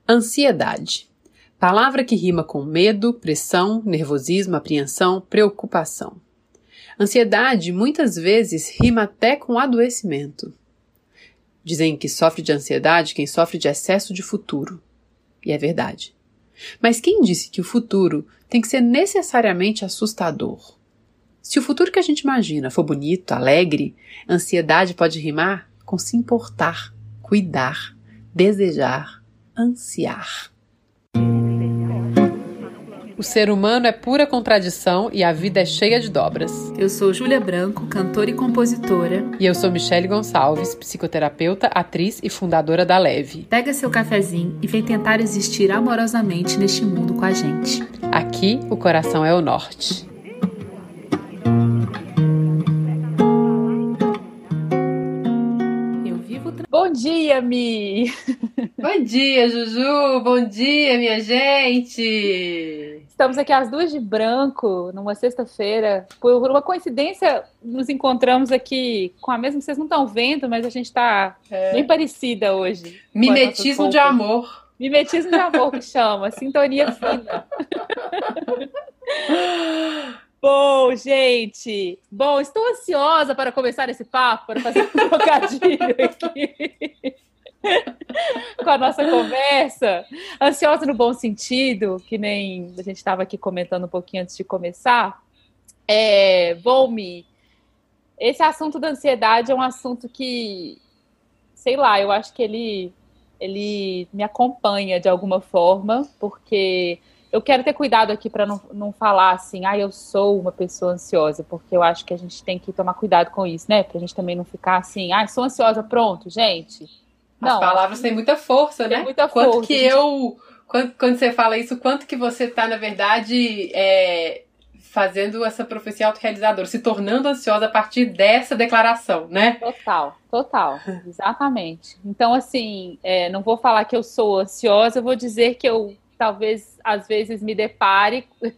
Ansiedade. Palavra que rima com medo, pressão, nervosismo, apreensão, preocupação. Ansiedade muitas vezes rima até com adoecimento. Dizem que sofre de ansiedade quem sofre de excesso de futuro. E é verdade. Mas quem disse que o futuro tem que ser necessariamente assustador? Se o futuro que a gente imagina for bonito, alegre, ansiedade pode rimar com se importar, cuidar, desejar, ansiar. O ser humano é pura contradição e a vida é cheia de dobras. Eu sou Júlia Branco, cantora e compositora. E eu sou Michele Gonçalves, psicoterapeuta, atriz e fundadora da Leve. Pega seu cafezinho e vem tentar existir amorosamente neste mundo com a gente. Aqui, o coração é o norte. Bom dia, Mi! Bom dia, Juju! Bom dia, minha gente! Estamos aqui às 2 de branco, numa sexta-feira. Por uma coincidência, nos encontramos aqui com a mesma... Vocês não estão vendo, mas a gente está bem parecida hoje. Mimetismo de amor. Mimetismo de amor que chama, sintonia fina. Bom, gente, estou ansiosa para começar esse papo, para fazer um trocadilho aqui com a nossa conversa. Ansiosa no bom sentido, que nem a gente estava aqui comentando um pouquinho antes de começar. Esse assunto da ansiedade é um assunto que, sei lá, eu acho que ele me acompanha de alguma forma, porque... Eu quero ter cuidado aqui para não falar assim, eu sou uma pessoa ansiosa, porque eu acho que a gente tem que tomar cuidado com isso, né? Pra gente também não ficar assim, sou ansiosa, pronto, gente. Não, as palavras têm muita força, né? Tem muita força. Quando você fala isso, quanto que você tá, na verdade, fazendo essa profecia autorrealizadora, se tornando ansiosa a partir dessa declaração, né? Total, exatamente. Então, assim, não vou falar que eu sou ansiosa, eu vou dizer que eu talvez, às vezes, me deparo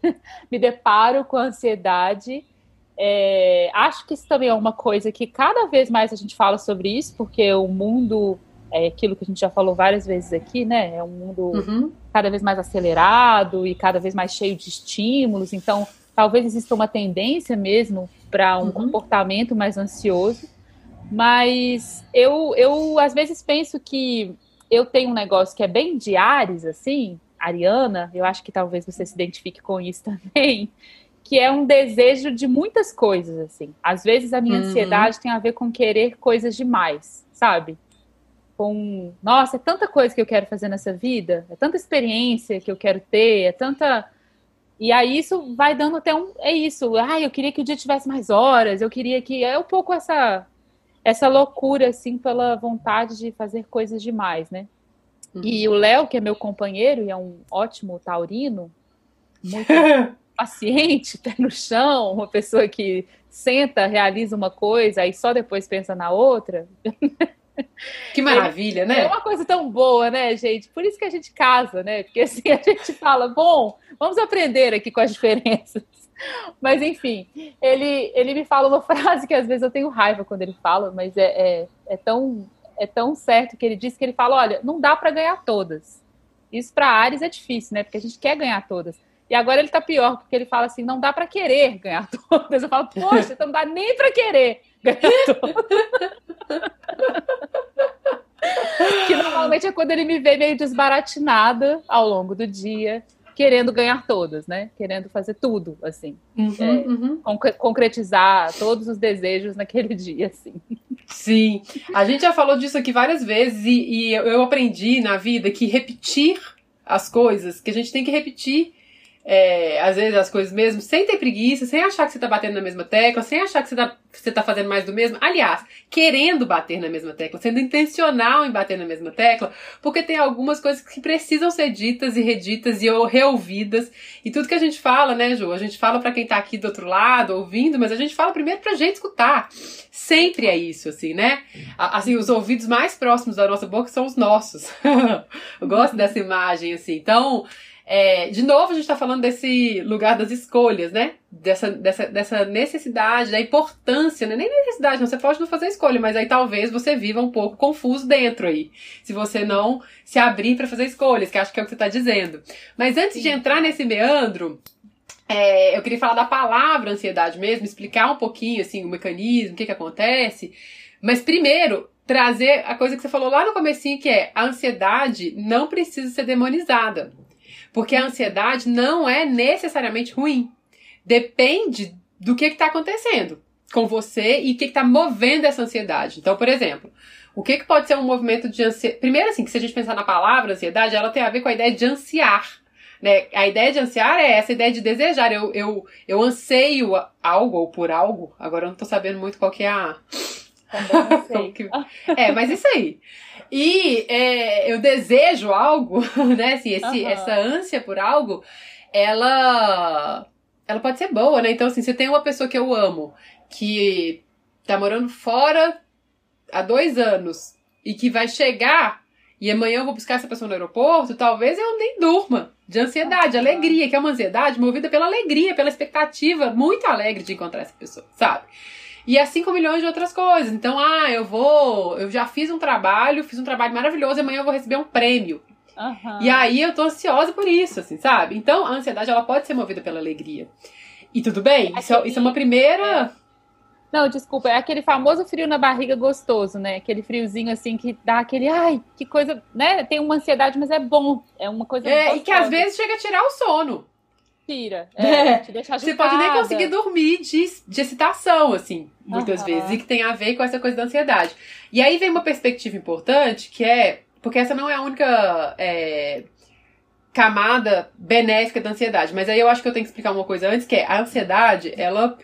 com a ansiedade. Acho que isso também é uma coisa que cada vez mais a gente fala sobre isso, porque o mundo, aquilo que a gente já falou várias vezes aqui, né? É um mundo cada vez mais acelerado e cada vez mais cheio de estímulos, então talvez exista uma tendência mesmo para um comportamento mais ansioso, mas eu às vezes penso que eu tenho um negócio que é bem de Áries, assim, Ariana, eu acho que talvez você se identifique com isso também, que é um desejo de muitas coisas, assim. Às vezes a minha ansiedade tem a ver com querer coisas demais, sabe? Nossa, é tanta coisa que eu quero fazer nessa vida, é tanta experiência que eu quero ter, é tanta... E aí isso vai dando até eu queria que o dia tivesse mais horas, eu queria que... É um pouco essa loucura, assim, pela vontade de fazer coisas demais, né? E o Léo, que é meu companheiro e é um ótimo taurino, muito paciente, pé no chão, uma pessoa que senta, realiza uma coisa e só depois pensa na outra. Que maravilha, né? É uma coisa tão boa, né, gente? Por isso que a gente casa, né? Porque assim a gente fala, vamos aprender aqui com as diferenças. Mas enfim, ele me fala uma frase que às vezes eu tenho raiva quando ele fala, mas é tão certo que ele diz, que ele fala, olha, não dá para ganhar todas. Isso para Áries é difícil, né? Porque a gente quer ganhar todas. E agora ele tá pior, porque ele fala assim, não dá para querer ganhar todas. Eu falo, poxa, então não dá nem para querer ganhar todas. Que normalmente é quando ele me vê meio desbaratinada ao longo do dia, querendo ganhar todas, né? Querendo fazer tudo, assim. Concretizar todos os desejos naquele dia, assim. Sim, a gente já falou disso aqui várias vezes e eu aprendi na vida que repetir as coisas, que a gente tem que repetir às vezes as coisas mesmo, sem ter preguiça, sem achar que você tá batendo na mesma tecla, sem achar que você tá fazendo mais do mesmo. Aliás, querendo bater na mesma tecla, sendo intencional em bater na mesma tecla, porque tem algumas coisas que precisam ser ditas e reditas e reouvidas. E tudo que a gente fala, né, Ju? A gente fala pra quem tá aqui do outro lado, ouvindo, mas a gente fala primeiro pra gente escutar. Sempre é isso, assim, né? Assim, os ouvidos mais próximos da nossa boca são os nossos. Eu gosto dessa imagem, assim. Então... De novo, a gente tá falando desse lugar das escolhas, né? Dessa necessidade, da importância, né? Nem necessidade, não, você pode não fazer escolha, mas aí talvez você viva um pouco confuso dentro aí, se você não se abrir pra fazer escolhas, que acho que é o que você tá dizendo. Mas antes de entrar nesse meandro, eu queria falar da palavra ansiedade mesmo, explicar um pouquinho, assim, o mecanismo, o que acontece. Mas primeiro, trazer a coisa que você falou lá no comecinho, que é a ansiedade não precisa ser demonizada. Porque a ansiedade não é necessariamente ruim. Depende do que está acontecendo com você e o que está movendo essa ansiedade. Então, por exemplo, o que pode ser um movimento de ansiedade? Primeiro, assim, que se a gente pensar na palavra ansiedade, ela tem a ver com a ideia de ansiar. Né? A ideia de ansiar é essa ideia de desejar. Eu anseio algo ou por algo. Agora eu não tô sabendo muito qual que é a... mas isso aí. E eu desejo algo, né? Assim, essa ânsia por algo, ela pode ser boa, né? Então, assim, se tem uma pessoa que eu amo, que tá morando fora há 2 anos e que vai chegar e amanhã eu vou buscar essa pessoa no aeroporto, talvez eu nem durma de ansiedade, alegria, que é uma ansiedade movida pela alegria, pela expectativa muito alegre de encontrar essa pessoa, sabe? E assim com milhões de outras coisas. Então, eu já fiz um trabalho maravilhoso, e amanhã eu vou receber um prêmio. E aí eu tô ansiosa por isso, assim, sabe? Então, a ansiedade, ela pode ser movida pela alegria. E tudo bem? Isso é uma primeira... Não, desculpa, é aquele famoso frio na barriga gostoso, né? Aquele friozinho assim que dá aquele, que coisa, né? Tem uma ansiedade, mas é bom. É uma coisa gostosa. E que às vezes chega a tirar o sono. Tira. Te deixa agitada. Você pode nem conseguir dormir de excitação, assim, muitas vezes. E que tem a ver com essa coisa da ansiedade. E aí vem uma perspectiva importante, que é... Porque essa não é a única camada benéfica da ansiedade. Mas aí eu acho que eu tenho que explicar uma coisa antes, que é a ansiedade, ela...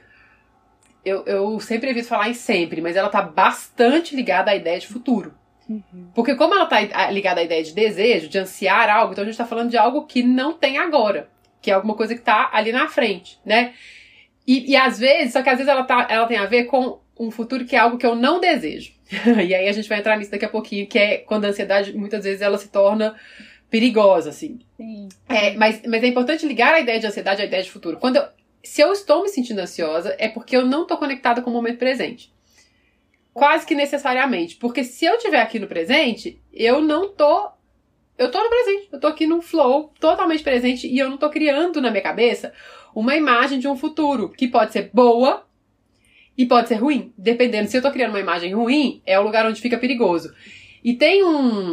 Eu sempre evito falar em sempre, mas ela tá bastante ligada à ideia de futuro. Porque como ela tá ligada à ideia de desejo, de ansiar algo, então a gente tá falando de algo que não tem agora. Que é alguma coisa que tá ali na frente, né? E às vezes, só que às vezes ela tem a ver com um futuro que é algo que eu não desejo. E aí a gente vai entrar nisso daqui a pouquinho, que é quando a ansiedade, muitas vezes, ela se torna perigosa, assim. Sim. Mas é importante ligar a ideia de ansiedade à ideia de futuro. Se eu estou me sentindo ansiosa, é porque eu não tô conectada com o momento presente. Quase que necessariamente. Porque se eu estiver aqui no presente, eu não tô... Eu tô no presente, eu tô aqui num flow totalmente presente e eu não tô criando na minha cabeça uma imagem de um futuro que pode ser boa e pode ser ruim. Dependendo, se eu tô criando uma imagem ruim, é o lugar onde fica perigoso. E tem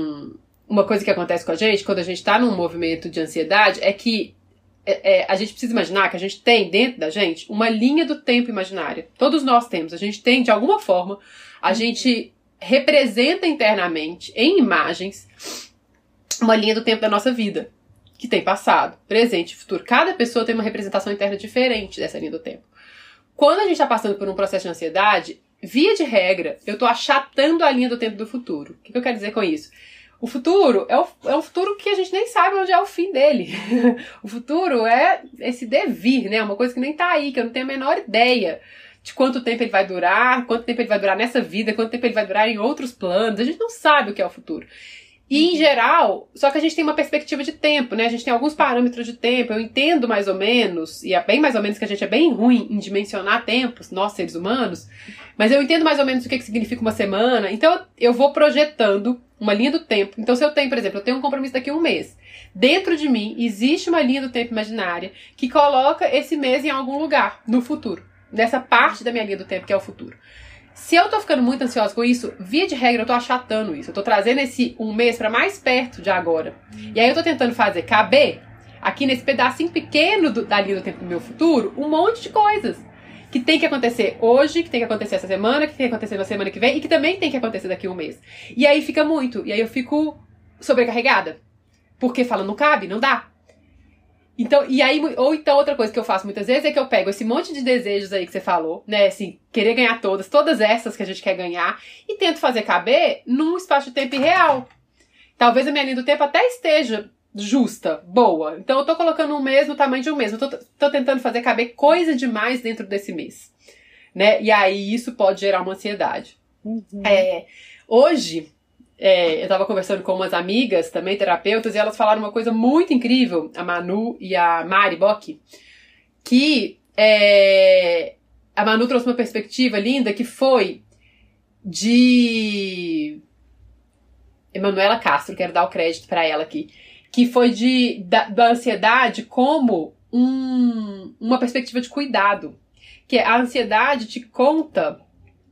uma coisa que acontece com a gente quando a gente tá num movimento de ansiedade, é que a gente precisa imaginar que a gente tem dentro da gente uma linha do tempo imaginária. Todos nós temos, a gente tem, de alguma forma, a gente representa internamente, em imagens, uma linha do tempo da nossa vida, que tem passado, presente e futuro. Cada pessoa tem uma representação interna diferente dessa linha do tempo. Quando a gente está passando por um processo de ansiedade, via de regra, eu estou achatando a linha do tempo do futuro. O que eu quero dizer com isso? O futuro é um futuro que a gente nem sabe onde é o fim dele. O futuro é esse devir, né? Uma coisa que nem tá aí, que eu não tenho a menor ideia de quanto tempo ele vai durar, quanto tempo ele vai durar nessa vida, quanto tempo ele vai durar em outros planos. A gente não sabe o que é o futuro. E, em geral, só que a gente tem uma perspectiva de tempo, né? A gente tem alguns parâmetros de tempo. Eu entendo mais ou menos, e é bem mais ou menos que a gente é bem ruim em dimensionar tempos, nós seres humanos, mas eu entendo mais ou menos o que significa uma semana. Então, eu vou projetando uma linha do tempo. Então, se eu tenho, por exemplo, eu tenho um compromisso daqui a 1 mês. Dentro de mim, existe uma linha do tempo imaginária que coloca esse mês em algum lugar, no futuro. Nessa parte da minha linha do tempo, que é o futuro. Se eu tô ficando muito ansiosa com isso, via de regra eu tô achatando isso. Eu tô trazendo esse 1 mês pra mais perto de agora. E aí eu tô tentando fazer caber, aqui nesse pedacinho pequeno da linha do tempo do meu futuro, um monte de coisas. Que tem que acontecer hoje, que tem que acontecer essa semana, que tem que acontecer na semana que vem e que também tem que acontecer daqui a 1 mês. E aí fica muito. E aí eu fico sobrecarregada. Porque fala, não cabe, não dá. Então, e aí, ou então outra coisa que eu faço muitas vezes é que eu pego esse monte de desejos aí que você falou, né, assim, querer ganhar todas essas que a gente quer ganhar, e tento fazer caber num espaço de tempo irreal. Talvez a minha linha do tempo até esteja justa, boa. Então eu tô colocando 1 mês no tamanho de 1 mês, eu tô tentando fazer caber coisa demais dentro desse mês, né, e aí isso pode gerar uma ansiedade. Hoje, eu tava conversando com umas amigas, também terapeutas, e elas falaram uma coisa muito incrível, a Manu e a Mari Bock, que a Manu trouxe uma perspectiva linda que foi de Emanuela Castro, quero dar o crédito pra ela aqui, que foi da ansiedade como uma perspectiva de cuidado, que a ansiedade te conta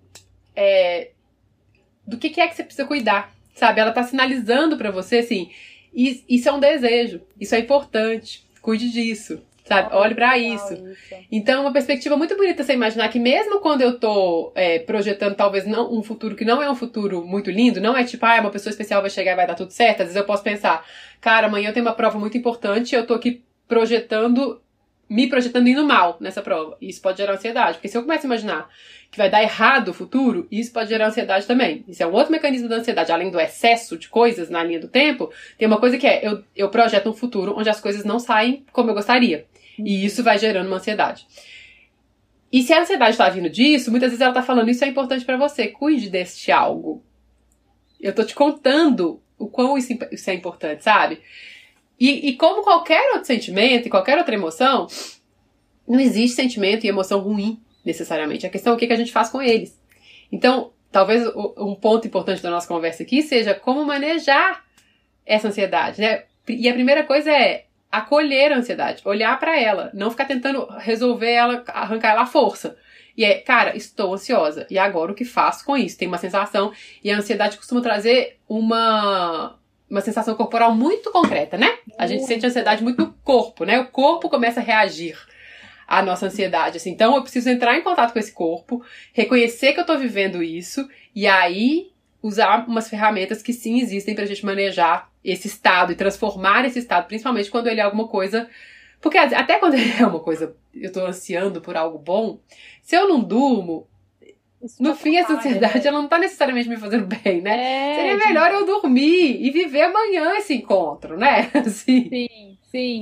do que é que você precisa cuidar, sabe? Ela tá sinalizando pra você, assim, isso é um desejo, isso é importante, cuide disso, sabe? Olhe pra isso. Então, uma perspectiva muito bonita você imaginar que mesmo quando eu tô projetando talvez não um futuro que não é um futuro muito lindo, não é tipo, uma pessoa especial vai chegar e vai dar tudo certo, às vezes eu posso pensar, cara, amanhã eu tenho uma prova muito importante e eu tô aqui me projetando indo mal nessa prova. Isso pode gerar ansiedade, porque se eu começo a imaginar que vai dar errado o futuro, isso pode gerar ansiedade também. Isso é um outro mecanismo da ansiedade. Além do excesso de coisas na linha do tempo, tem uma coisa que eu projeto um futuro onde as coisas não saem como eu gostaria. E isso vai gerando uma ansiedade. E se a ansiedade está vindo disso, muitas vezes ela está falando, isso é importante para você, cuide deste algo. Eu tô te contando o quão isso é importante, sabe? E como qualquer outro sentimento e qualquer outra emoção, não existe sentimento e emoção ruim, necessariamente. A questão é o que a gente faz com eles. Então, talvez um ponto importante da nossa conversa aqui seja como manejar essa ansiedade, né? E a primeira coisa é acolher a ansiedade, olhar pra ela, não ficar tentando resolver ela, arrancar ela à força. E cara, estou ansiosa. E agora o que faço com isso? Tem uma sensação, e a ansiedade costuma trazer uma sensação corporal muito concreta, né? A gente sente ansiedade muito no corpo, né? O corpo começa a reagir à nossa ansiedade, assim. Então eu preciso entrar em contato com esse corpo, reconhecer que eu tô vivendo isso, e aí usar umas ferramentas que sim existem pra gente manejar esse estado e transformar esse estado, principalmente quando ele é alguma coisa... Porque até quando ele é uma coisa, eu tô ansiando por algo bom, se eu não durmo, no fim essa ansiedade ela não tá necessariamente me fazendo bem, né? Seria melhor eu dormir e viver amanhã esse encontro, né? Assim. Sim,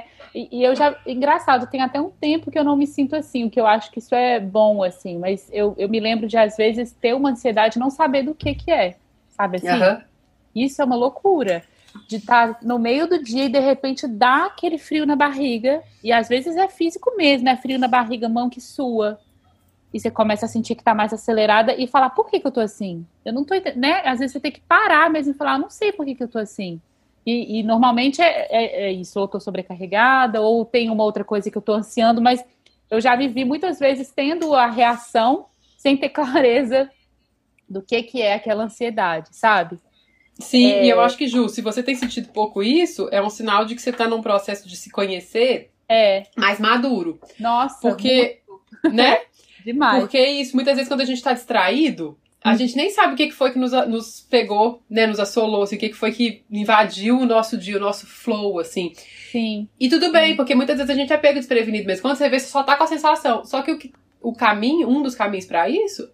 E eu já... Engraçado, tem até um tempo que eu não me sinto assim, o que eu acho que isso é bom, assim, mas eu me lembro de, às vezes, ter uma ansiedade e não saber do que é, sabe assim? Uhum. Isso é uma loucura. De estar no meio do dia e de repente dar aquele frio na barriga, e às vezes é físico mesmo, né? Frio na barriga, mão que sua, e você começa a sentir que tá mais acelerada e falar, por que eu tô assim? Eu não tô entendendo, né? Às vezes você tem que parar mesmo e falar, não sei por que eu tô assim. E normalmente é isso, ou eu tô sobrecarregada, ou tem uma outra coisa que eu tô ansiando, mas eu já me vi muitas vezes tendo a reação sem ter clareza do que é aquela ansiedade, sabe? Sim, e eu acho que, Ju, se você tem sentido pouco isso, é um sinal de que você tá num processo de se conhecer mais maduro. Nossa, porque, muito. Né? Demais. Porque isso, muitas vezes quando a gente tá distraído, a gente nem sabe o que foi que nos pegou, né, nos assolou, assim, o que foi que invadiu o nosso dia, o nosso flow, assim. Sim. E tudo bem, porque muitas vezes a gente é pego desprevenido mesmo. Quando você vê, você só tá com a sensação. Só que o caminho, um dos caminhos pra isso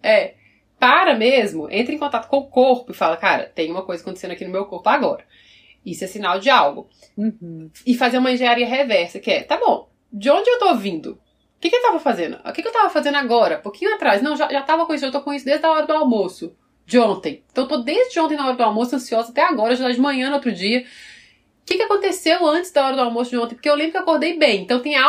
para mesmo, entra em contato com o corpo e fala, cara, tem uma coisa acontecendo aqui no meu corpo agora. Isso é sinal de algo. Uhum. E fazer uma engenharia reversa, que tá bom, de onde eu tô vindo? O que eu tava fazendo? O que eu tava fazendo agora? Pouquinho atrás. Não, já tava com isso, eu tô com isso desde a hora do almoço. De ontem. Então eu tô desde ontem na hora do almoço, ansiosa até agora, já tá de manhã no outro dia. O que aconteceu antes da hora do almoço de ontem? Porque eu lembro que eu acordei bem. Então tem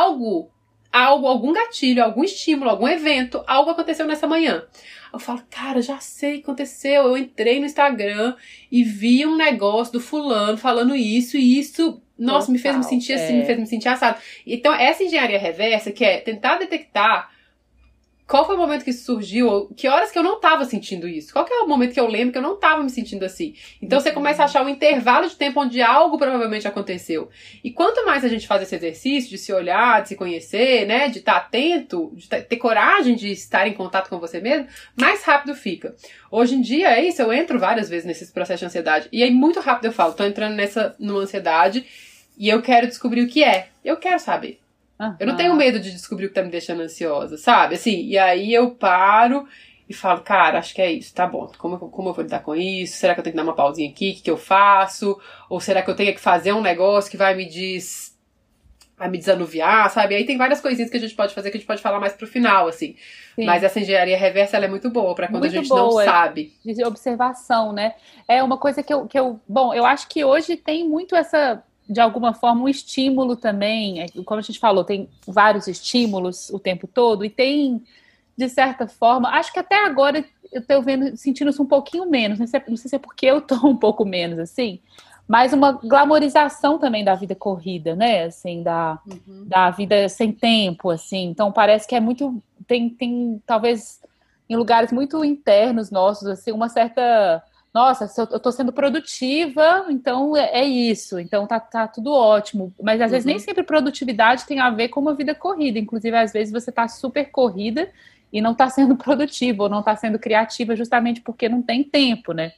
algum gatilho, algum estímulo, algum evento, algo aconteceu nessa manhã. Eu falo, cara, já sei o que aconteceu. Eu entrei no Instagram e vi um negócio do fulano falando isso e isso, nossa, me fez me sentir assim, me fez me sentir assado. Então, essa engenharia reversa, que é tentar detectar qual foi o momento que isso surgiu, ou que horas que eu não tava sentindo isso. Qual que é o momento que eu lembro que eu não tava me sentindo assim. Então, você começa a achar um intervalo de tempo onde algo provavelmente aconteceu. E quanto mais a gente faz esse exercício de se olhar, de se conhecer, né, de estar atento, de ter coragem de estar em contato com você mesmo, mais rápido fica. Hoje em dia, é isso, eu entro várias vezes nesses processos de ansiedade. E aí, muito rápido eu falo, tô entrando numa ansiedade e eu quero descobrir o que é. Eu quero saber. Eu não tenho medo de descobrir o que tá me deixando ansiosa, sabe? Assim, e aí eu paro e falo, cara, acho que é isso, tá bom. Como eu vou lidar com isso? Será que eu tenho que dar uma pausinha aqui? O que eu faço? Ou será que eu tenho que fazer um negócio que vai me a me desanuviar, sabe? Aí tem várias coisinhas que a gente pode fazer, que a gente pode falar mais pro final, assim. Sim. Mas essa engenharia reversa, ela é muito boa pra quando Muito a gente boa, não sabe. De observação, né? É uma coisa bom, eu acho que hoje tem muito essa, de alguma forma, um estímulo também, como a gente falou, tem vários estímulos o tempo todo, e tem, de certa forma, acho que até agora eu tô sentindo isso um pouquinho menos, não sei se é porque eu tô um pouco menos, assim, mas uma glamorização também da vida corrida, né? Assim, da vida sem tempo, assim. Então parece que é muito. Tem talvez em lugares muito internos nossos, assim, uma certa. Nossa, se eu tô sendo produtiva, então é isso. Então tá tudo ótimo. Mas às vezes nem sempre produtividade tem a ver com uma vida corrida. Inclusive, às vezes você tá super corrida e não tá sendo produtiva, ou não tá sendo criativa, justamente porque não tem tempo, né?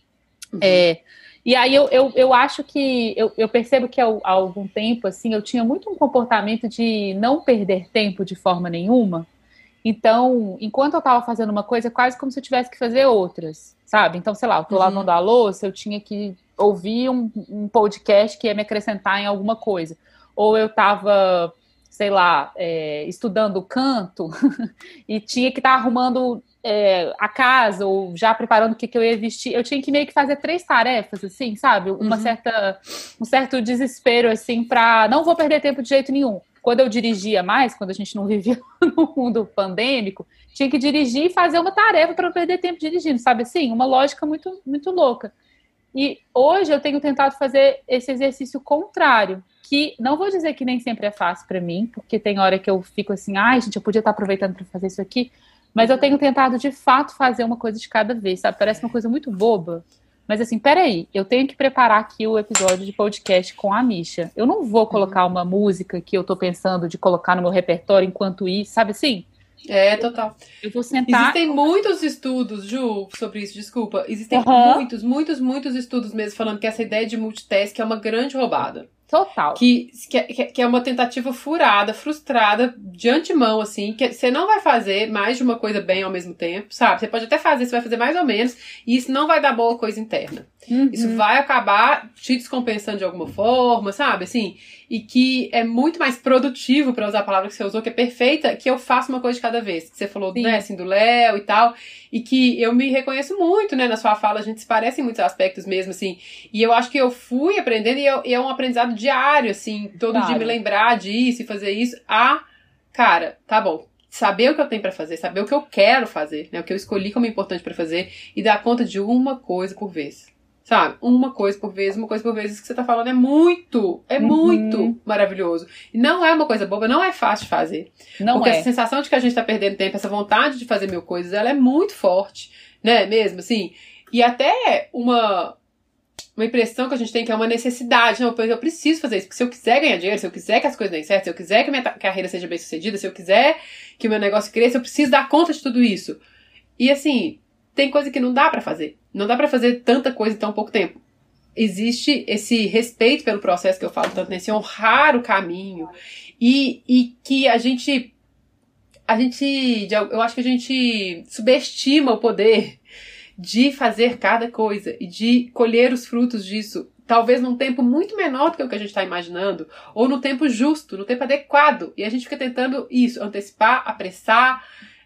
E aí eu acho que eu percebo que há algum tempo, assim, eu tinha muito um comportamento de não perder tempo de forma nenhuma. Então, enquanto eu estava fazendo uma coisa, é quase como se eu tivesse que fazer outras, sabe? Então, sei lá, eu tô lavando a louça, eu tinha que ouvir um podcast que ia me acrescentar em alguma coisa. Ou eu estava, sei lá, estudando canto e tinha que estar arrumando a casa, ou já preparando o que eu ia vestir. Eu tinha que meio que fazer 3 tarefas, assim, sabe? Um certo desespero, assim, para não vou perder tempo de jeito nenhum. Quando eu dirigia mais, quando a gente não vivia no mundo pandêmico, tinha que dirigir e fazer uma tarefa para não perder tempo dirigindo, sabe assim? Uma lógica muito, muito louca. E hoje eu tenho tentado fazer esse exercício contrário, que não vou dizer que nem sempre é fácil para mim, porque tem hora que eu fico assim, ai, gente, eu podia estar aproveitando para fazer isso aqui, mas eu tenho tentado de fato fazer uma coisa de cada vez, sabe? Parece uma coisa muito boba. Mas assim, peraí, eu tenho que preparar aqui o episódio de podcast com a Misha. Eu não vou colocar uma música que eu tô pensando de colocar no meu repertório enquanto isso, sabe assim? Total. Eu vou sentar... Existem muitos estudos, Ju, sobre isso, desculpa. Existem muitos estudos mesmo falando que essa ideia de multitask é uma grande roubada. Total. Que é uma tentativa furada, frustrada, de antemão, assim, que você não vai fazer mais de uma coisa bem ao mesmo tempo, sabe? Você pode até fazer, você vai fazer mais ou menos, e isso não vai dar boa coisa interna. Isso vai acabar te descompensando de alguma forma, sabe? Assim, e que é muito mais produtivo, pra usar a palavra que você usou, que é perfeita, que eu faço uma coisa de cada vez. Que você falou, né, assim, do Léo e tal, e que eu me reconheço muito, né, na sua fala, a gente se parece em muitos aspectos mesmo, assim, e eu acho que eu fui aprendendo, e é um aprendizado diário, assim, todo dia me lembrar disso e fazer isso. Cara, tá bom. Saber o que eu tenho pra fazer, saber o que eu quero fazer, né, o que eu escolhi como importante pra fazer, e dar conta de uma coisa por vez. Sabe? Uma coisa por vez. Isso que você tá falando é muito maravilhoso. E não é uma coisa boba, não é fácil de fazer. Porque essa sensação de que a gente tá perdendo tempo, essa vontade de fazer 1000 coisas, ela é muito forte, né? Mesmo, assim. E até uma impressão que a gente tem que é uma necessidade. Não, eu preciso fazer isso. Porque se eu quiser ganhar dinheiro, se eu quiser que as coisas deem certo, se eu quiser que a minha carreira seja bem sucedida, se eu quiser que o meu negócio cresça, eu preciso dar conta de tudo isso. E assim, tem coisa que não dá pra fazer. Não dá pra fazer tanta coisa em tão pouco tempo. Existe esse respeito pelo processo que eu falo tanto, nesse honrar o caminho. E que eu acho que a gente subestima o poder de fazer cada coisa e de colher os frutos disso, talvez num tempo muito menor do que o que a gente está imaginando, ou no tempo justo, no tempo adequado. E a gente fica tentando isso, antecipar, apressar,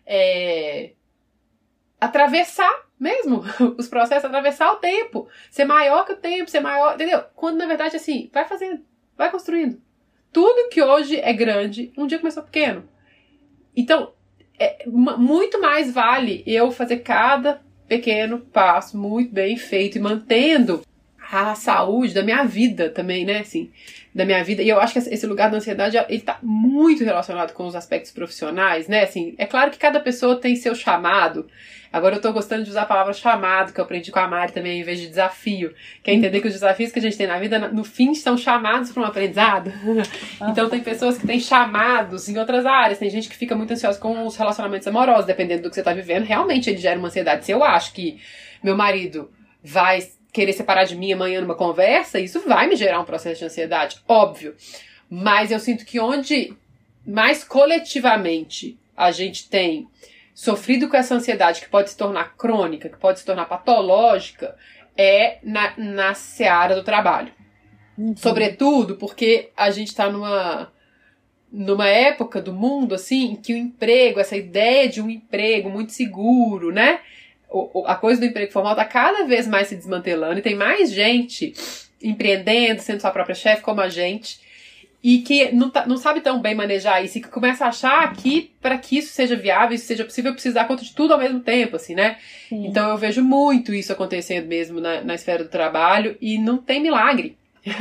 atravessar mesmo os processos, atravessar o tempo, ser maior que o tempo, ser maior, entendeu? Quando na verdade assim, vai fazendo, vai construindo. Tudo que hoje é grande, um dia começou pequeno. Então, muito mais vale eu fazer cada pequeno passo muito bem feito e mantendo a saúde da minha vida também, né, assim, da minha vida. E eu acho que esse lugar da ansiedade, ele tá muito relacionado com os aspectos profissionais, né, assim, é claro que cada pessoa tem seu chamado. Agora eu tô gostando de usar a palavra chamado, que eu aprendi com a Mari também, em vez de desafio. Quer entender que os desafios que a gente tem na vida, no fim, são chamados para um aprendizado. Então tem pessoas que têm chamados em outras áreas. Tem gente que fica muito ansiosa com os relacionamentos amorosos, dependendo do que você tá vivendo. Realmente ele gera uma ansiedade. Se eu acho que meu marido vai querer separar de mim amanhã numa conversa, isso vai me gerar um processo de ansiedade, óbvio. Mas eu sinto que onde mais coletivamente a gente tem sofrido com essa ansiedade que pode se tornar crônica, que pode se tornar patológica, é na seara do trabalho. Sobretudo porque a gente está numa época do mundo, assim, em que o emprego, essa ideia de um emprego muito seguro, né? A coisa do emprego formal tá cada vez mais se desmantelando e tem mais gente empreendendo, sendo sua própria chefe, como a gente, e que não sabe tão bem manejar isso, e que começa a achar que, para que isso seja viável, isso seja possível, precisa dar conta de tudo ao mesmo tempo, assim, né? Sim. Então eu vejo muito isso acontecendo mesmo na esfera do trabalho, e não tem milagre.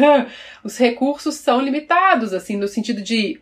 Os recursos são limitados, assim, no sentido de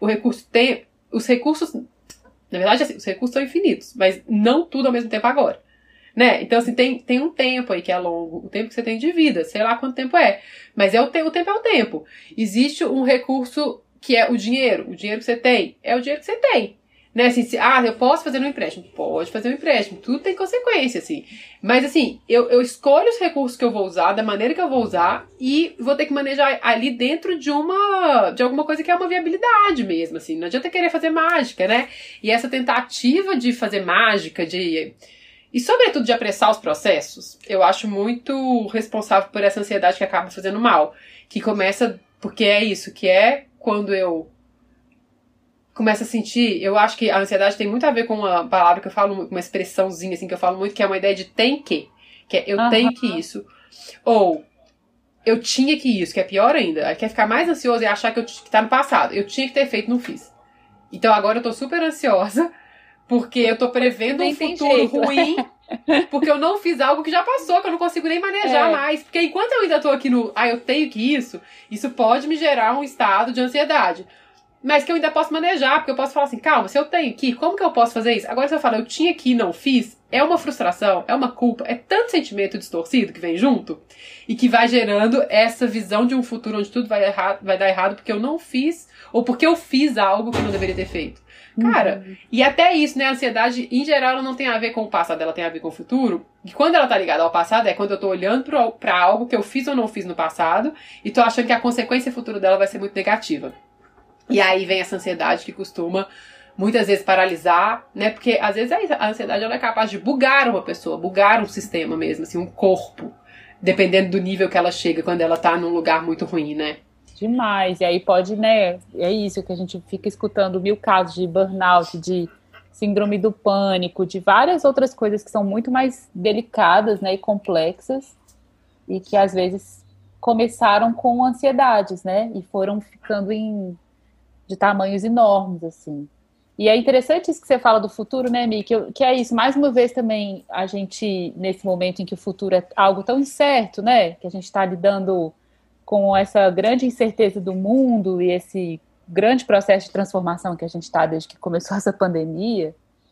os recursos, na verdade, assim, os recursos são infinitos, mas não tudo ao mesmo tempo agora. Né? Então, assim, tem um tempo aí que é longo, o tempo que você tem de vida, sei lá quanto tempo é, mas o tempo é o tempo. Existe um recurso que é o dinheiro que você tem, é o dinheiro que você tem. Né? Assim, eu posso fazer um empréstimo? Pode fazer um empréstimo, tudo tem consequência, assim. Mas, assim, eu escolho os recursos que eu vou usar, da maneira que eu vou usar, e vou ter que manejar ali dentro de alguma coisa que é uma viabilidade mesmo, assim. Não adianta querer fazer mágica, né? E essa tentativa de fazer mágica, e, sobretudo, de apressar os processos, eu acho muito responsável por essa ansiedade que acaba fazendo mal. Que começa, porque é isso, que é quando eu começo a sentir, eu acho que a ansiedade tem muito a ver com uma palavra que eu falo, uma expressãozinha assim, que eu falo muito, que é uma ideia de tem que é eu tenho que isso. Ou eu tinha que isso, que é pior ainda. Aí quer ficar mais ansioso e achar que tá no passado. Eu tinha que ter feito, não fiz. Então agora eu tô super ansiosa, porque eu tô prevendo um futuro ruim, porque eu não fiz algo que já passou, que eu não consigo nem manejar mais. Porque enquanto eu ainda tô aqui eu tenho que isso pode me gerar um estado de ansiedade. Mas que eu ainda posso manejar, porque eu posso falar assim, calma, se eu tenho que ir, como que eu posso fazer isso? Agora se eu falo, eu tinha que ir e não fiz, é uma frustração, é uma culpa, é tanto sentimento distorcido que vem junto, e que vai gerando essa visão de um futuro onde tudo vai dar errado porque eu não fiz, ou porque eu fiz algo que eu não deveria ter feito. Cara, e até isso, né, a ansiedade, em geral, ela não tem a ver com o passado, ela tem a ver com o futuro. E quando ela tá ligada ao passado, é quando eu tô olhando pra algo que eu fiz ou não fiz no passado, e tô achando que a consequência futura dela vai ser muito negativa. E aí vem essa ansiedade que costuma, muitas vezes, paralisar, né, porque às vezes a ansiedade ela é capaz de bugar uma pessoa, bugar um sistema mesmo, assim, um corpo, dependendo do nível que ela chega quando ela tá num lugar muito ruim, né. Demais, e aí pode, né, é isso que a gente fica escutando 1000 casos de burnout, de síndrome do pânico, de várias outras coisas que são muito mais delicadas, né, e complexas, e que às vezes começaram com ansiedades, né, e foram ficando de tamanhos enormes, assim. E é interessante isso que você fala do futuro, né, Mi, que é isso, mais uma vez também, a gente, nesse momento em que o futuro é algo tão incerto, né, que a gente está lidando com essa grande incerteza do mundo e esse grande processo de transformação que a gente está desde que começou essa pandemia,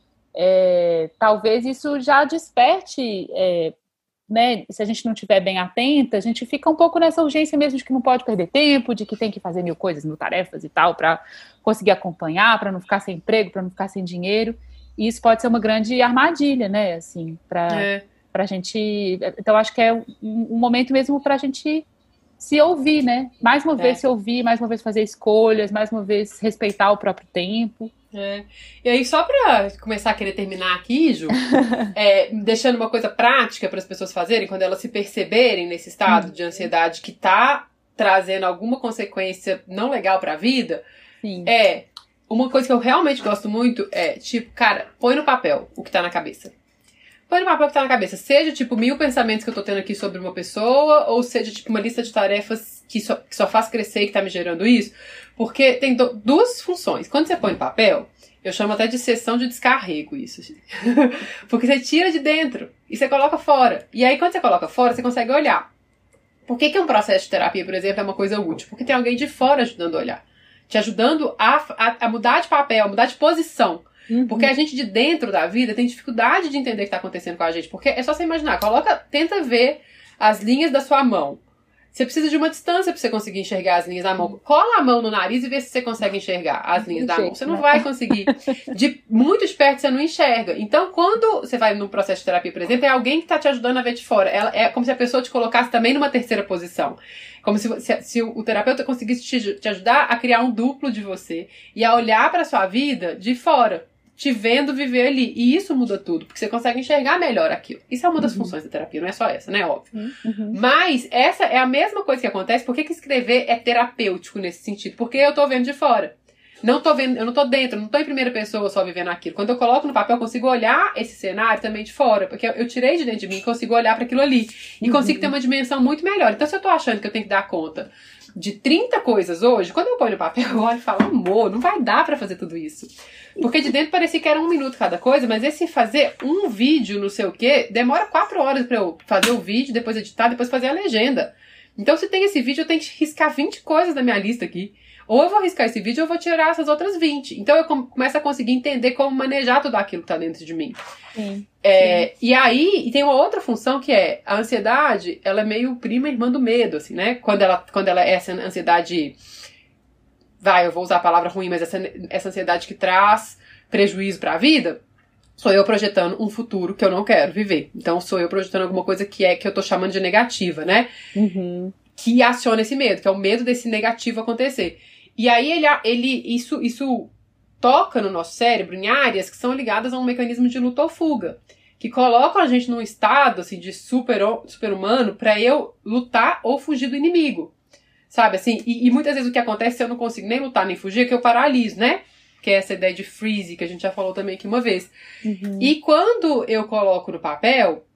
talvez isso já desperte, né, se a gente não estiver bem atenta, a gente fica um pouco nessa urgência mesmo de que não pode perder tempo, de que tem que fazer 1000 coisas, 1000 tarefas e tal, para conseguir acompanhar, para não ficar sem emprego, para não ficar sem dinheiro, e isso pode ser uma grande armadilha, né, assim, pra gente, então acho que é um momento mesmo pra gente se ouvir, né? Mais uma vez se ouvir, mais uma vez fazer escolhas, mais uma vez respeitar o próprio tempo. E aí, só pra começar a querer terminar aqui, Ju, deixando uma coisa prática para as pessoas fazerem, quando elas se perceberem nesse estado de ansiedade que tá trazendo alguma consequência não legal pra vida, Sim. Uma coisa que eu realmente gosto muito tipo, cara, põe no papel o que tá na cabeça. Põe no papel o que tá na cabeça. Seja, tipo, 1000 pensamentos que eu tô tendo aqui sobre uma pessoa, ou seja, tipo, uma lista de tarefas que só faz crescer e que tá me gerando isso. Porque tem duas funções. Quando você põe no papel, eu chamo até de sessão de descarrego isso. Porque você tira de dentro e você coloca fora. E aí, quando você coloca fora, você consegue olhar. Por que um processo de terapia, por exemplo, é uma coisa útil? Porque tem alguém de fora ajudando a olhar. Te ajudando a mudar de papel, a mudar de posição. Porque a gente de dentro da vida tem dificuldade de entender o que está acontecendo com a gente. Porque é só você imaginar, tenta ver as linhas da sua mão. Você precisa de uma distância para você conseguir enxergar as linhas da mão. Cola a mão no nariz e vê se você consegue enxergar as linhas da mão. Você não vai conseguir. De muito esperto você não enxerga. Então, quando você vai num processo de terapia, por exemplo, é alguém que está te ajudando a ver de fora. É como se a pessoa te colocasse também numa terceira posição. Como se o terapeuta conseguisse te ajudar a criar um duplo de você e a olhar para sua vida de fora, te vendo viver ali. E isso muda tudo, porque você consegue enxergar melhor aquilo. Isso é uma das funções da terapia, não é só essa, né? Óbvio. Mas essa é a mesma coisa que acontece. Por que escrever é terapêutico nesse sentido? Porque eu tô vendo de fora. não tô vendo, eu não tô dentro, não tô em primeira pessoa só vivendo aquilo. Quando eu coloco no papel, eu consigo olhar esse cenário também de fora, porque eu tirei de dentro de mim e consigo olhar para aquilo ali. E consigo ter uma dimensão muito melhor. Então, se eu tô achando que eu tenho que dar conta de 30 coisas hoje, quando eu ponho no papel, eu olho e falo, amor, não vai dar pra fazer tudo isso. Porque de dentro parecia que era 1 minuto cada coisa, mas esse fazer um vídeo, não sei o quê, demora 4 horas pra eu fazer o vídeo, depois editar, depois fazer a legenda. Então, se tem esse vídeo, eu tenho que riscar 20 coisas da minha lista aqui. Ou eu vou riscar esse vídeo ou eu vou tirar essas outras 20. Então, eu começo a conseguir entender como manejar tudo aquilo que tá dentro de mim. Sim. E aí, tem uma outra função que é, a ansiedade, ela é meio prima irmã do medo, assim, né? Quando ela é essa ansiedade, eu vou usar a palavra ruim, mas essa ansiedade que traz prejuízo pra vida, sou eu projetando um futuro que eu não quero viver. Então, sou eu projetando alguma coisa que eu tô chamando de negativa, né? Uhum. Que aciona esse medo, que é o medo desse negativo acontecer. E aí, isso toca no nosso cérebro em áreas que são ligadas a um mecanismo de luta ou fuga, que colocam a gente num estado assim, de super-humano pra eu lutar ou fugir do inimigo. Sabe, assim? E muitas vezes o que acontece, se eu não consigo nem lutar nem fugir, é que eu paraliso, né? Que é essa ideia de freeze, que a gente já falou também aqui uma vez. Uhum. E quando eu coloco no papel,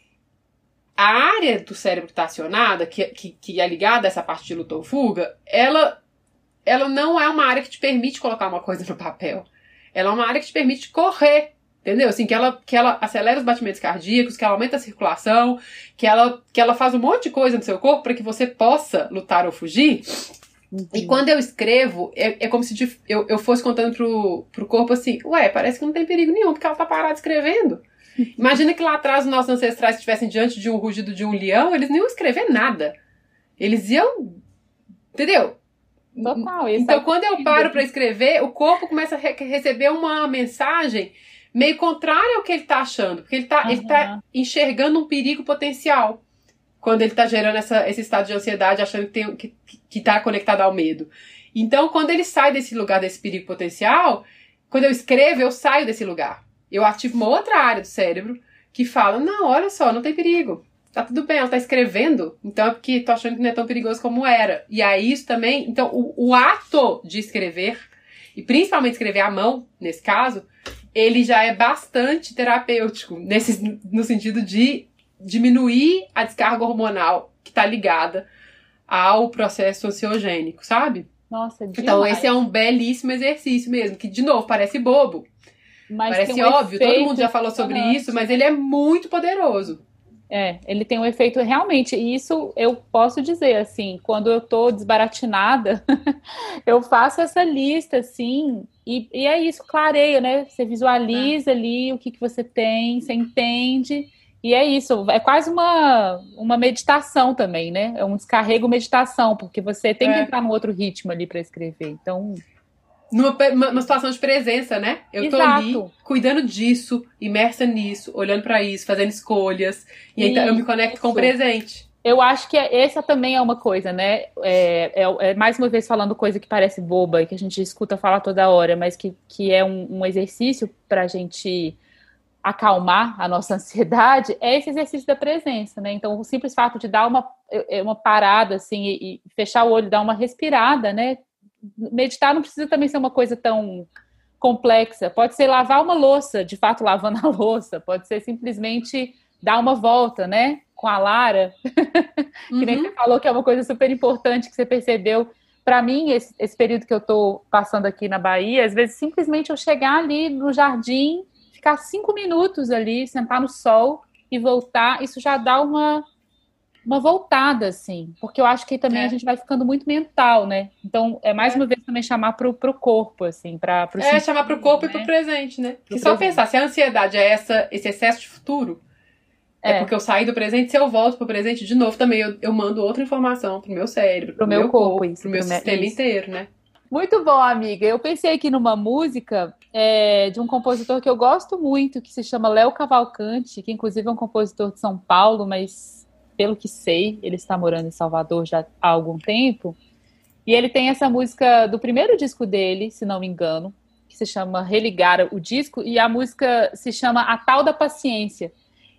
a área do cérebro que está acionada, que é ligada a essa parte de luta ou fuga, ela não é uma área que te permite colocar uma coisa no papel. Ela é uma área que te permite correr, entendeu? Assim, que ela acelera os batimentos cardíacos, que ela aumenta a circulação, que ela faz um monte de coisa no seu corpo para que você possa lutar ou fugir. Uhum. E quando eu escrevo, é como se eu fosse contando pro corpo assim, parece que não tem perigo nenhum, porque ela tá parada escrevendo. Imagina que lá atrás os nossos ancestrais estivessem diante de um rugido de um leão, eles não iam escrever nada. Eles iam... Entendeu? Total. Então, quando eu paro pra escrever, o corpo começa a receber uma mensagem meio contrária ao que ele tá achando. Porque ele tá enxergando um perigo potencial. Quando ele tá gerando esse estado de ansiedade, achando que tá conectado ao medo. Então, quando ele sai desse lugar, desse perigo potencial, quando eu escrevo, eu saio desse lugar. Eu ativo uma outra área do cérebro que fala, não, olha só, não tem perigo. Tá tudo bem, ela tá escrevendo, então é porque tô achando que não é tão perigoso como era. E aí isso também, então o ato de escrever, e principalmente escrever à mão, nesse caso, ele já é bastante terapêutico, no sentido de diminuir a descarga hormonal que tá ligada ao processo ansiogênico, sabe? Nossa, demais. Então esse é um belíssimo exercício mesmo, que de novo parece bobo. Mas parece óbvio, todo mundo já falou sobre isso, mas ele é muito poderoso. Ele tem um efeito realmente, e isso eu posso dizer, assim, quando eu tô desbaratinada, eu faço essa lista, assim, e é isso, clareia, né? Você visualiza ali o que você tem, você entende, e é isso, é quase uma meditação também, né? É um descarrego meditação, porque você tem que entrar num outro ritmo ali para escrever, então... Numa situação de presença, né? Eu tô ali, cuidando disso, imersa nisso, olhando pra isso, fazendo escolhas. E então eu me conecto com o presente. Eu acho que essa também é uma coisa, né? Mais uma vez falando coisa que parece boba e que a gente escuta falar toda hora, mas que é um exercício pra gente acalmar a nossa ansiedade, é esse exercício da presença, né? Então, o simples fato de dar uma parada, assim, e fechar o olho, dar uma respirada, né? Meditar não precisa também ser uma coisa tão complexa. Pode ser lavar uma louça, de fato lavando a louça. Pode ser simplesmente dar uma volta, né? Com a Lara. Que nem você falou que é uma coisa super importante que você percebeu. Para mim, esse período que eu tô passando aqui na Bahia, às vezes simplesmente eu chegar ali no jardim, ficar 5 minutos ali, sentar no sol e voltar, isso já dá uma voltada, assim, porque eu acho que também a gente vai ficando muito mental, né? Então, mais uma vez também chamar pro corpo, assim, chamar pro corpo, né? E pro presente, né? Porque só pensar, se a ansiedade é esse excesso de futuro, é porque eu saí do presente, se eu volto pro presente de novo, também eu mando outra informação pro meu cérebro, pro meu corpo, pro meu sistema inteiro, né? Muito bom, amiga. Eu pensei aqui numa música de um compositor que eu gosto muito, que se chama Léo Cavalcante, que inclusive é um compositor de São Paulo, mas pelo que sei, ele está morando em Salvador já há algum tempo, e ele tem essa música do primeiro disco dele, se não me engano, que se chama Religar o Disco, e a música se chama A Tal da Paciência.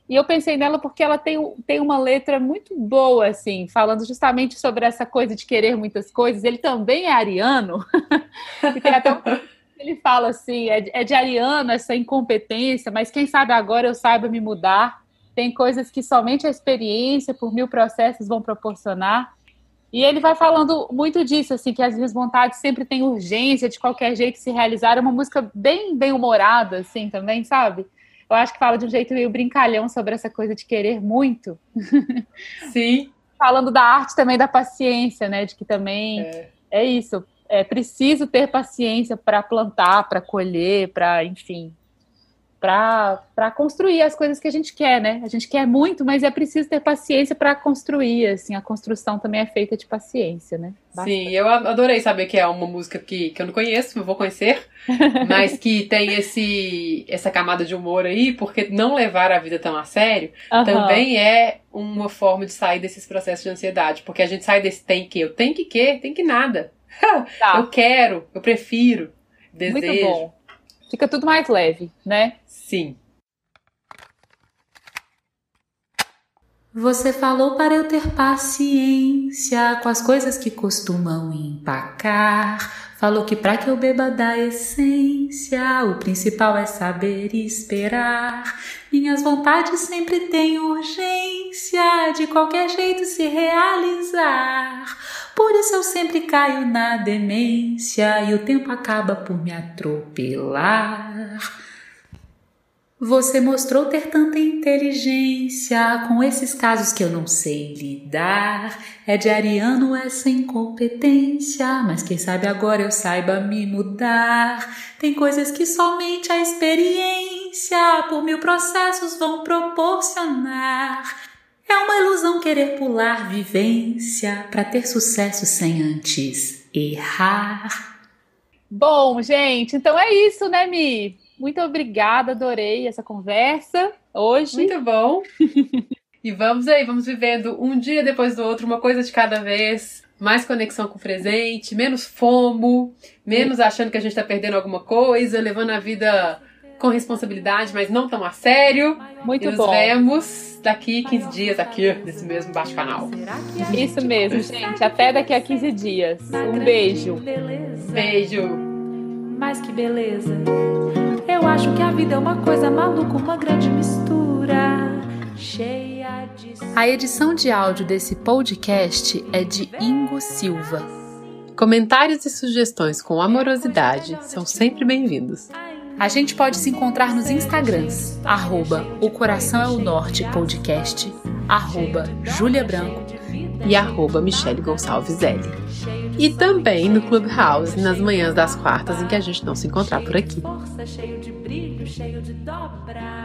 E eu pensei nela porque ela tem uma letra muito boa, assim, falando justamente sobre essa coisa de querer muitas coisas. Ele também é ariano, e tem até ele fala assim, é de ariano essa incompetência, mas quem sabe agora eu saiba me mudar. Tem coisas que somente a experiência, por 1000 processos, vão proporcionar. E ele vai falando muito disso, assim, que as minhas vontades sempre têm urgência, de qualquer jeito se realizar. É uma música bem bem-humorada, assim, também, sabe? Eu acho que fala de um jeito meio brincalhão sobre essa coisa de querer muito. Sim. Falando da arte também da paciência, né? De que também é isso. É preciso ter paciência para plantar, para colher, para, enfim, para construir as coisas que a gente quer, né? A gente quer muito, mas é preciso ter paciência para construir, assim, a construção também é feita de paciência, né? Bastante. Sim, eu adorei saber que é uma música que eu não conheço, eu vou conhecer, mas que tem essa camada de humor aí, porque não levar a vida tão a sério também é uma forma de sair desses processos de ansiedade, porque a gente sai desse tem que, eu tenho que nada. Tá. Eu quero, eu prefiro, desejo. Muito bom. Fica tudo mais leve, né? Sim. Você falou para eu ter paciência com as coisas que costumam empacar. Falou que pra que eu beba da essência, o principal é saber esperar. Minhas vontades sempre têm urgência de qualquer jeito se realizar. Por isso eu sempre caio na demência e o tempo acaba por me atropelar. Você mostrou ter tanta inteligência com esses casos que eu não sei lidar. É de ariano essa incompetência, mas quem sabe agora eu saiba me mudar. Tem coisas que somente a experiência por 1000 processos vão proporcionar. É uma ilusão querer pular vivência pra ter sucesso sem antes errar. Bom, gente, então é isso, né, Mi? Muito obrigada, adorei essa conversa hoje. Muito bom. E vamos vivendo um dia depois do outro, uma coisa de cada vez. Mais conexão com o presente, menos FOMO, menos achando que a gente tá perdendo alguma coisa, levando a vida com responsabilidade, mas não tão a sério. Muito bom. Nos vemos daqui 15 dias aqui, nesse mesmo baixo canal. Isso mesmo, gente. Até daqui a 15 dias. Um beijo. Beijo. Mas que beleza. Eu acho que a vida é uma coisa maluca, uma grande mistura, cheia de... A edição de áudio desse podcast é de Ingo Silva. Comentários e sugestões com amorosidade são sempre bem-vindos. A gente pode se encontrar nos Instagrams, @O Coração é o Norte Podcast, @Julia Branco e @Michele Gonçalves L. E também no Clubhouse, nas manhãs das quartas, em que a gente não se encontrar por aqui. Cheio de brilho, cheio de dobra.